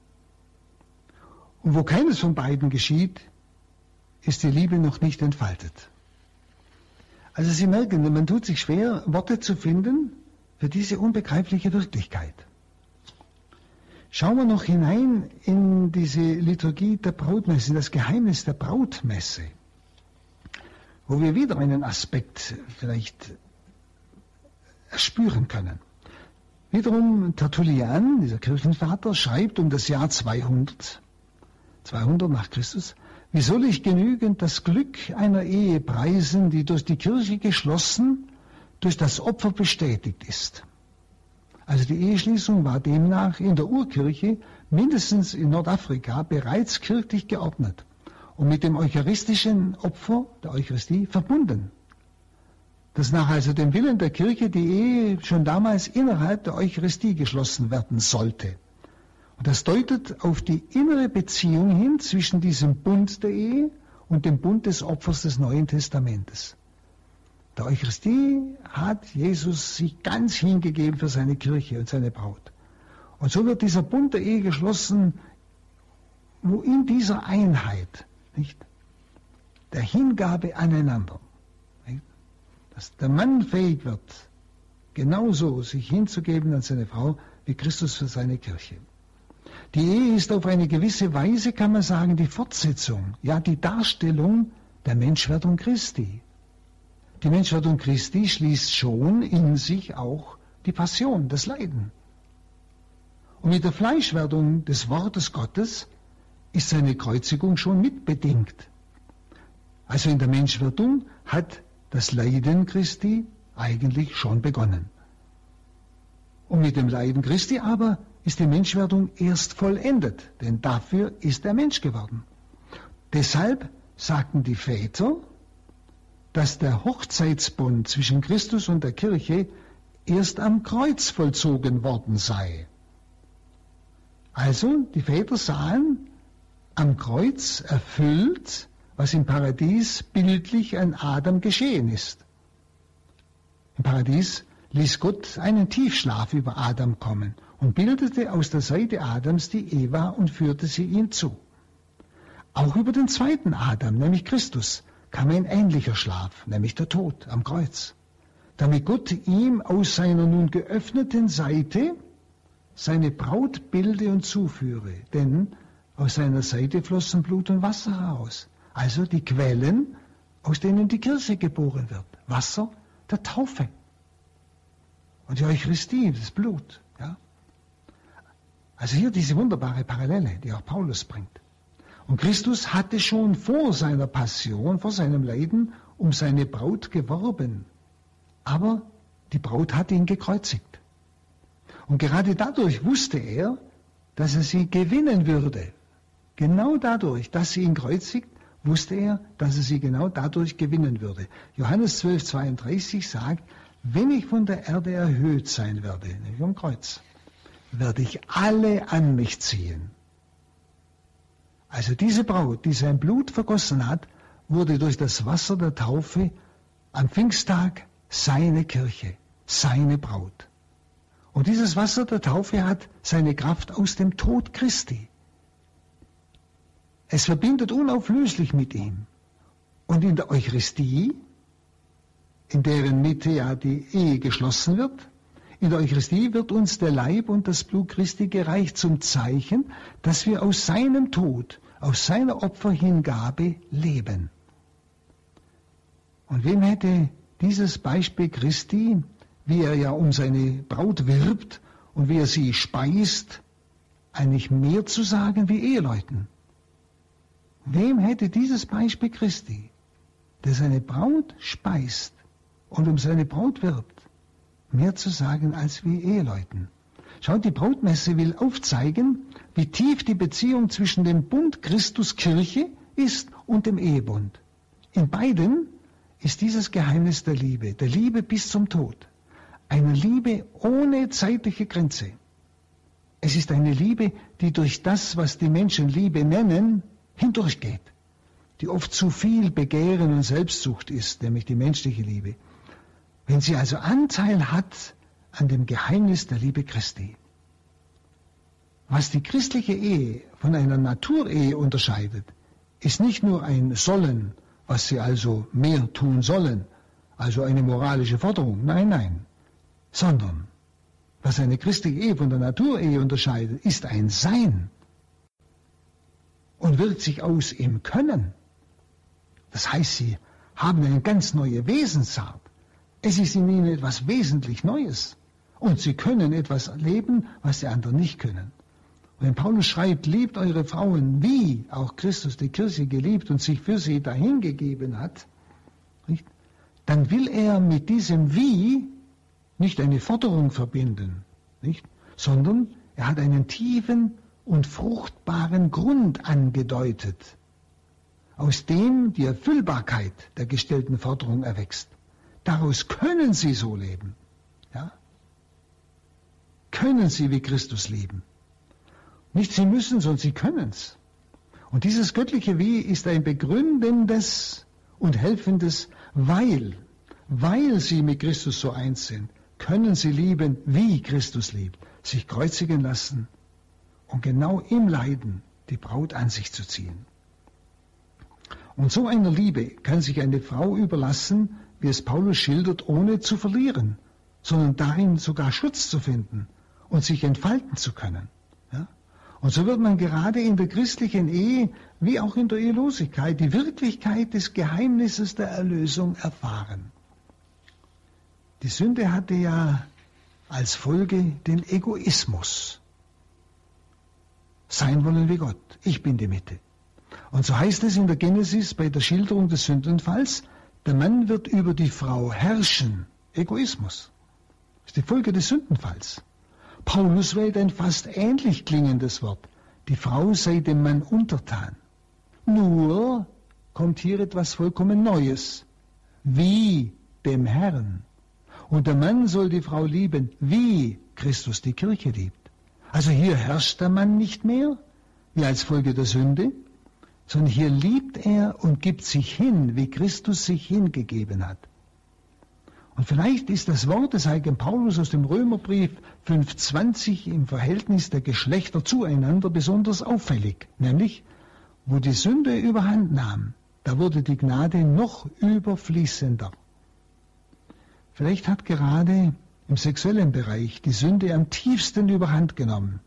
Und wo keines von beiden geschieht, ist die Liebe noch nicht entfaltet. Also Sie merken, man tut sich schwer, Worte zu finden für diese unbegreifliche Wirklichkeit. Schauen wir noch hinein in diese Liturgie der Brautmesse, in das Geheimnis der Brautmesse, wo wir wieder einen Aspekt vielleicht erspüren können. Wiederum Tertullian, dieser Kirchenvater, schreibt um das Jahr zweihundert, zweihundert nach Christus: Wie soll ich genügend das Glück einer Ehe preisen, die durch die Kirche geschlossen, durch das Opfer bestätigt ist? Also die Eheschließung war demnach in der Urkirche, mindestens in Nordafrika, bereits kirchlich geordnet und mit dem eucharistischen Opfer der Eucharistie verbunden. Dass nach also dem Willen der Kirche die Ehe schon damals innerhalb der Eucharistie geschlossen werden sollte. Und das deutet auf die innere Beziehung hin zwischen diesem Bund der Ehe und dem Bund des Opfers des Neuen Testamentes. Der Eucharistie hat Jesus sich ganz hingegeben für seine Kirche und seine Braut. Und so wird dieser Bund der Ehe geschlossen, wo in dieser Einheit, nicht, der Hingabe aneinander, nicht, dass der Mann fähig wird, genauso sich hinzugeben an seine Frau, wie Christus für seine Kirche. Die Ehe ist auf eine gewisse Weise, kann man sagen, die Fortsetzung, ja die Darstellung der Menschwerdung Christi. Die Menschwerdung Christi schließt schon in sich auch die Passion, das Leiden. Und mit der Fleischwerdung des Wortes Gottes ist seine Kreuzigung schon mitbedingt. Also in der Menschwerdung hat das Leiden Christi eigentlich schon begonnen. Und mit dem Leiden Christi aber ist die Menschwerdung erst vollendet, denn dafür ist er Mensch geworden. Deshalb sagten die Väter, dass der Hochzeitsbund zwischen Christus und der Kirche erst am Kreuz vollzogen worden sei. Also die Väter sahen am Kreuz erfüllt, was im Paradies bildlich an Adam geschehen ist. Im Paradies ließ Gott einen Tiefschlaf über Adam kommen und bildete aus der Seite Adams die Eva und führte sie ihm zu. Auch über den zweiten Adam, nämlich Christus, kam ein ähnlicher Schlaf, nämlich der Tod am Kreuz, damit Gott ihm aus seiner nun geöffneten Seite seine Braut bilde und zuführe, denn aus seiner Seite flossen Blut und Wasser heraus, also die Quellen, aus denen die Kirche geboren wird, Wasser der Taufe und die Eucharistie, das Blut. Ja? Also hier diese wunderbare Parallele, die auch Paulus bringt. Und Christus hatte schon vor seiner Passion, vor seinem Leiden um seine Braut geworben. Aber die Braut hatte ihn gekreuzigt. Und gerade dadurch wusste er, dass er sie gewinnen würde. Genau dadurch, dass sie ihn kreuzigt, wusste er, dass er sie genau dadurch gewinnen würde. Johannes zwölf, zweiunddreißig sagt, wenn ich von der Erde erhöht sein werde, nämlich am Kreuz, werde ich alle an mich ziehen. Also diese Braut, die sein Blut vergossen hat, wurde durch das Wasser der Taufe am Pfingsttag seine Kirche, seine Braut. Und dieses Wasser der Taufe hat seine Kraft aus dem Tod Christi. Es verbindet unauflöslich mit ihm. Und in der Eucharistie, in deren Mitte ja die Ehe geschlossen wird, in der Eucharistie wird uns der Leib und das Blut Christi gereicht zum Zeichen, dass wir aus seinem Tod, aus seiner Opferhingabe leben. Und wem hätte dieses Beispiel Christi, wie er ja um seine Braut wirbt und wie er sie speist, eigentlich mehr zu sagen wie Eheleuten? Wem hätte dieses Beispiel Christi, der seine Braut speist und um seine Braut wirbt, mehr zu sagen als wie Eheleuten? Schaut, die Brautmesse will aufzeigen, wie tief die Beziehung zwischen dem Bund Christus-Kirche ist und dem Ehebund. In beiden ist dieses Geheimnis der Liebe, der Liebe bis zum Tod, eine Liebe ohne zeitliche Grenze. Es ist eine Liebe, die durch das, was die Menschen Liebe nennen, hindurchgeht, die oft zu viel Begehren und Selbstsucht ist, nämlich die menschliche Liebe. Wenn sie also Anteil hat an dem Geheimnis der Liebe Christi. Was die christliche Ehe von einer Naturehe unterscheidet, ist nicht nur ein Sollen, was sie also mehr tun sollen, also eine moralische Forderung, nein, nein, sondern was eine christliche Ehe von der Naturehe unterscheidet, ist ein Sein und wirkt sich aus im Können. Das heißt, sie haben eine ganz neue Wesensart. Es ist in ihnen etwas wesentlich Neues. Und sie können etwas leben, was die anderen nicht können. Und wenn Paulus schreibt, liebt eure Frauen, wie auch Christus die Kirche geliebt und sich für sie dahingegeben hat, nicht? Dann will er mit diesem Wie nicht eine Forderung verbinden, nicht? Sondern er hat einen tiefen und fruchtbaren Grund angedeutet, aus dem die Erfüllbarkeit der gestellten Forderung erwächst. Daraus können sie so leben. Ja? Können sie wie Christus lieben. Nicht sie müssen, sondern sie können es. Und dieses göttliche Wie ist ein begründendes und helfendes Weil. Weil sie mit Christus so eins sind, können sie lieben, wie Christus liebt. Sich kreuzigen lassen und genau im Leiden die Braut an sich zu ziehen. Und so einer Liebe kann sich eine Frau überlassen, wie es Paulus schildert, ohne zu verlieren, sondern darin sogar Schutz zu finden und sich entfalten zu können. Ja? Und so wird man gerade in der christlichen Ehe, wie auch in der Ehelosigkeit, die Wirklichkeit des Geheimnisses der Erlösung erfahren. Die Sünde hatte ja als Folge den Egoismus. Sein wollen wie Gott. Ich bin die Mitte. Und so heißt es in der Genesis bei der Schilderung des Sündenfalls, der Mann wird über die Frau herrschen. Egoismus. Das ist die Folge des Sündenfalls. Paulus wählt ein fast ähnlich klingendes Wort. Die Frau sei dem Mann untertan. Nur kommt hier etwas vollkommen Neues. Wie dem Herrn. Und der Mann soll die Frau lieben, wie Christus die Kirche liebt. Also hier herrscht der Mann nicht mehr, wie als Folge der Sünde, sondern hier liebt er und gibt sich hin, wie Christus sich hingegeben hat. Und vielleicht ist das Wort des heiligen Paulus aus dem Römerbrief fünf zwanzig im Verhältnis der Geschlechter zueinander besonders auffällig, nämlich, wo die Sünde überhand nahm, da wurde die Gnade noch überfließender. Vielleicht hat gerade im sexuellen Bereich die Sünde am tiefsten überhand genommen,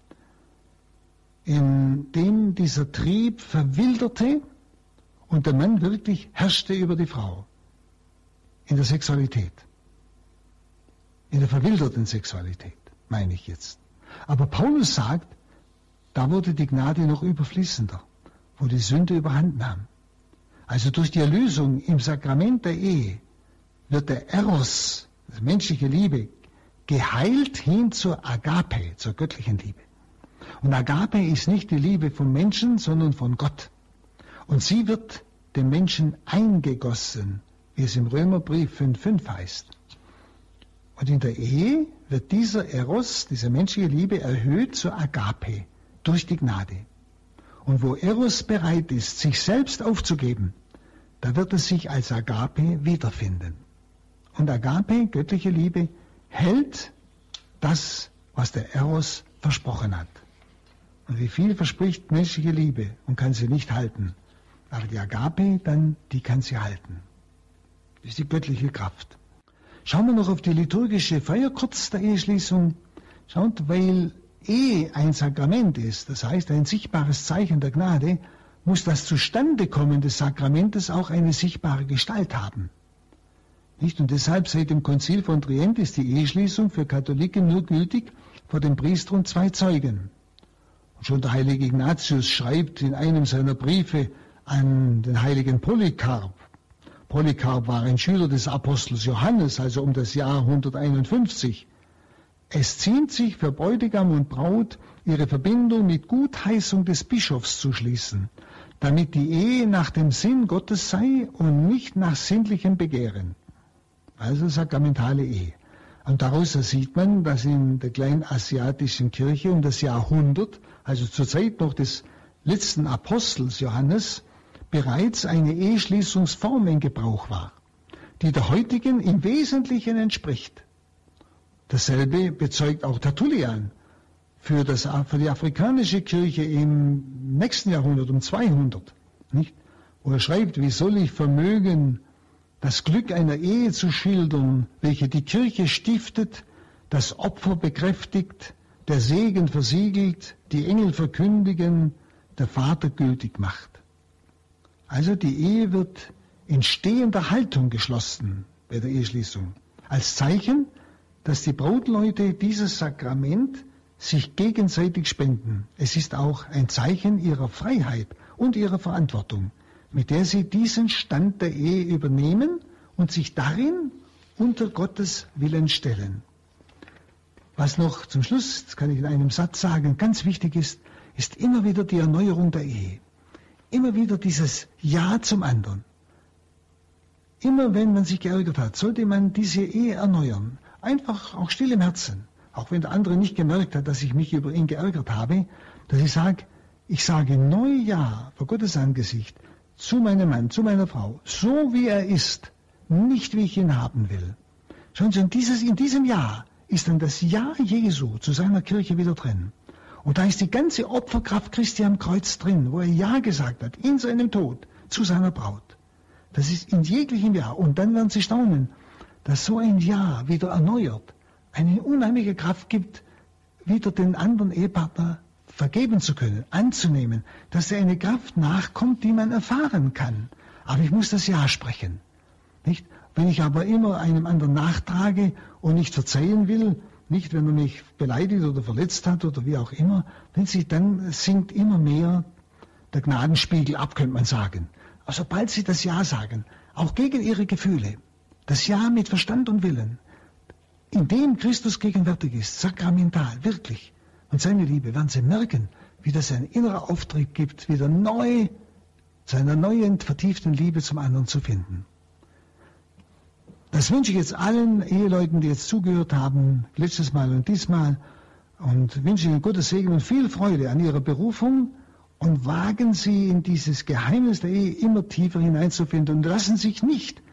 indem dieser Trieb verwilderte und der Mann wirklich herrschte über die Frau in der Sexualität, in der verwilderten Sexualität, meine ich jetzt. Aber Paulus sagt, da wurde die Gnade noch überfließender, wo die Sünde überhand nahm. Also durch die Erlösung im Sakrament der Ehe wird der Eros, die menschliche Liebe, geheilt hin zur Agape, zur göttlichen Liebe. Und Agape ist nicht die Liebe vom Menschen, sondern von Gott. Und sie wird dem Menschen eingegossen, wie es im Römerbrief fünf fünf heißt. Und in der Ehe wird dieser Eros, diese menschliche Liebe, erhöht zur Agape durch die Gnade. Und wo Eros bereit ist, sich selbst aufzugeben, da wird es sich als Agape wiederfinden. Und Agape, göttliche Liebe, hält das, was der Eros versprochen hat. Und wie viel verspricht menschliche Liebe und kann sie nicht halten. Aber die Agape, dann, die kann sie halten. Das ist die göttliche Kraft. Schauen wir noch auf die liturgische Feier kurz der Eheschließung. Schaut, weil Ehe ein Sakrament ist, das heißt ein sichtbares Zeichen der Gnade, muss das Zustandekommen des Sakramentes auch eine sichtbare Gestalt haben. Nicht? Und deshalb seit dem Konzil von Trient ist die Eheschließung für Katholiken nur gültig vor dem Priester und zwei Zeugen. Und schon der heilige Ignatius schreibt in einem seiner Briefe an den heiligen Polycarp. Polycarp war ein Schüler des Apostels Johannes, also um das Jahr hunderteinundfünfzig. Es ziemt sich für Bräutigam und Braut, ihre Verbindung mit Gutheißung des Bischofs zu schließen, damit die Ehe nach dem Sinn Gottes sei und nicht nach sinnlichem Begehren. Also sakramentale Ehe. Und daraus sieht man, dass in der kleinasiatischen Kirche um das Jahrhundert, also zur Zeit noch des letzten Apostels Johannes, bereits eine Eheschließungsform in Gebrauch war, die der heutigen im Wesentlichen entspricht. Dasselbe bezeugt auch Tertullian für, das, für die afrikanische Kirche im nächsten Jahrhundert, um zweihundert, nicht? Wo er schreibt, wie soll ich vermögen, das Glück einer Ehe zu schildern, welche die Kirche stiftet, das Opfer bekräftigt, der Segen versiegelt, die Engel verkündigen, der Vater gültig macht. Also die Ehe wird in stehender Haltung geschlossen bei der Eheschließung, als Zeichen, dass die Brautleute dieses Sakrament sich gegenseitig spenden. Es ist auch ein Zeichen ihrer Freiheit und ihrer Verantwortung, mit der sie diesen Stand der Ehe übernehmen und sich darin unter Gottes Willen stellen. Was noch zum Schluss, das kann ich in einem Satz sagen, ganz wichtig ist, ist immer wieder die Erneuerung der Ehe. Immer wieder dieses Ja zum anderen. Immer wenn man sich geärgert hat, sollte man diese Ehe erneuern. Einfach auch still im Herzen. Auch wenn der andere nicht gemerkt hat, dass ich mich über ihn geärgert habe, dass ich sage, ich sage neu Ja vor Gottes Angesicht zu meinem Mann, zu meiner Frau, so wie er ist, nicht wie ich ihn haben will. Schauen Sie, in, dieses, in diesem Ja ist dann das Ja Jesu zu seiner Kirche wieder drin. Und da ist die ganze Opferkraft Christi am Kreuz drin, wo er Ja gesagt hat, in seinem Tod, zu seiner Braut. Das ist in jeglichem Ja. Und dann werden Sie staunen, dass so ein Ja wieder erneuert eine unheimliche Kraft gibt, wieder den anderen Ehepartner vergeben zu können, anzunehmen, dass er eine Kraft nachkommt, die man erfahren kann. Aber ich muss das Ja sprechen. Nicht? Wenn ich aber immer einem anderen nachtrage und nicht verzeihen will, nicht wenn er mich beleidigt oder verletzt hat oder wie auch immer, dann sinkt immer mehr der Gnadenspiegel ab, könnte man sagen. Aber sobald Sie das Ja sagen, auch gegen Ihre Gefühle, das Ja mit Verstand und Willen, in dem Christus gegenwärtig ist, sakramental, wirklich, und seine Liebe, werden Sie merken, wie das ein innerer Auftrieb gibt, wieder neu zu einer neuen, vertieften Liebe zum anderen zu finden. Das wünsche ich jetzt allen Eheleuten, die jetzt zugehört haben, letztes Mal und diesmal, und wünsche Ihnen Gottes Segen und viel Freude an Ihrer Berufung und wagen Sie in dieses Geheimnis der Ehe immer tiefer hineinzufinden und lassen sich nicht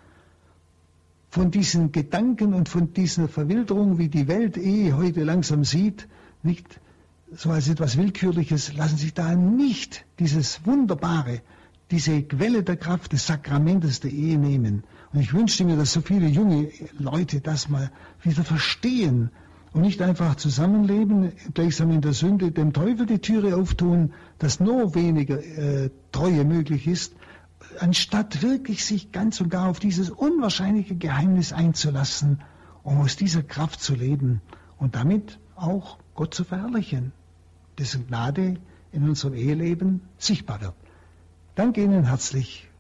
von diesen Gedanken und von dieser Verwilderung, wie die Welt Ehe heute langsam sieht, nicht so als etwas Willkürliches, lassen sich da nicht dieses Wunderbare, diese Quelle der Kraft des Sakramentes der Ehe nehmen. Und ich wünschte mir, dass so viele junge Leute das mal wieder verstehen und nicht einfach zusammenleben, gleichsam in der Sünde, dem Teufel die Türe auftun, dass nur weniger äh, Treue möglich ist, anstatt wirklich sich ganz und gar auf dieses unwahrscheinliche Geheimnis einzulassen, um aus dieser Kraft zu leben und damit auch Gott zu verherrlichen, dessen Gnade in unserem Eheleben sichtbar wird. Danke Ihnen herzlich.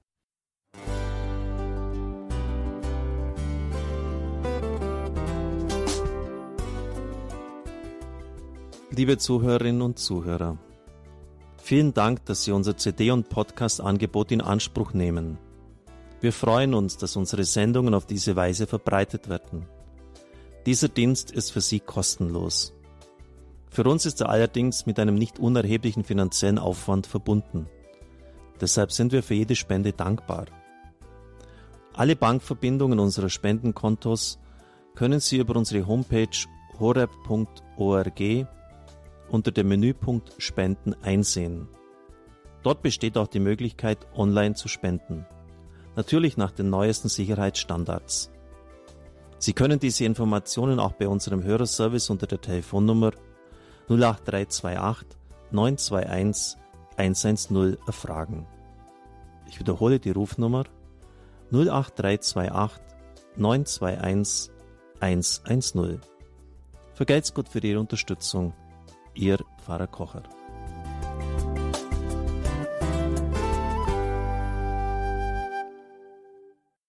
Liebe Zuhörerinnen und Zuhörer, vielen Dank, dass Sie unser C D- und Podcast-Angebot in Anspruch nehmen. Wir freuen uns, dass unsere Sendungen auf diese Weise verbreitet werden. Dieser Dienst ist für Sie kostenlos. Für uns ist er allerdings mit einem nicht unerheblichen finanziellen Aufwand verbunden. Deshalb sind wir für jede Spende dankbar. Alle Bankverbindungen unserer Spendenkontos können Sie über unsere Homepage horeb punkt org unter dem Menüpunkt Spenden einsehen. Dort besteht auch die Möglichkeit, online zu spenden. Natürlich nach den neuesten Sicherheitsstandards. Sie können diese Informationen auch bei unserem Hörerservice unter der Telefonnummer null acht drei zwei acht neun zwei eins eins eins null erfragen. Ich wiederhole die Rufnummer null acht drei zwei acht neun zwei eins eins eins null. Vergelt's Gott für Ihre Unterstützung. Ihr Pfarrer Kocher.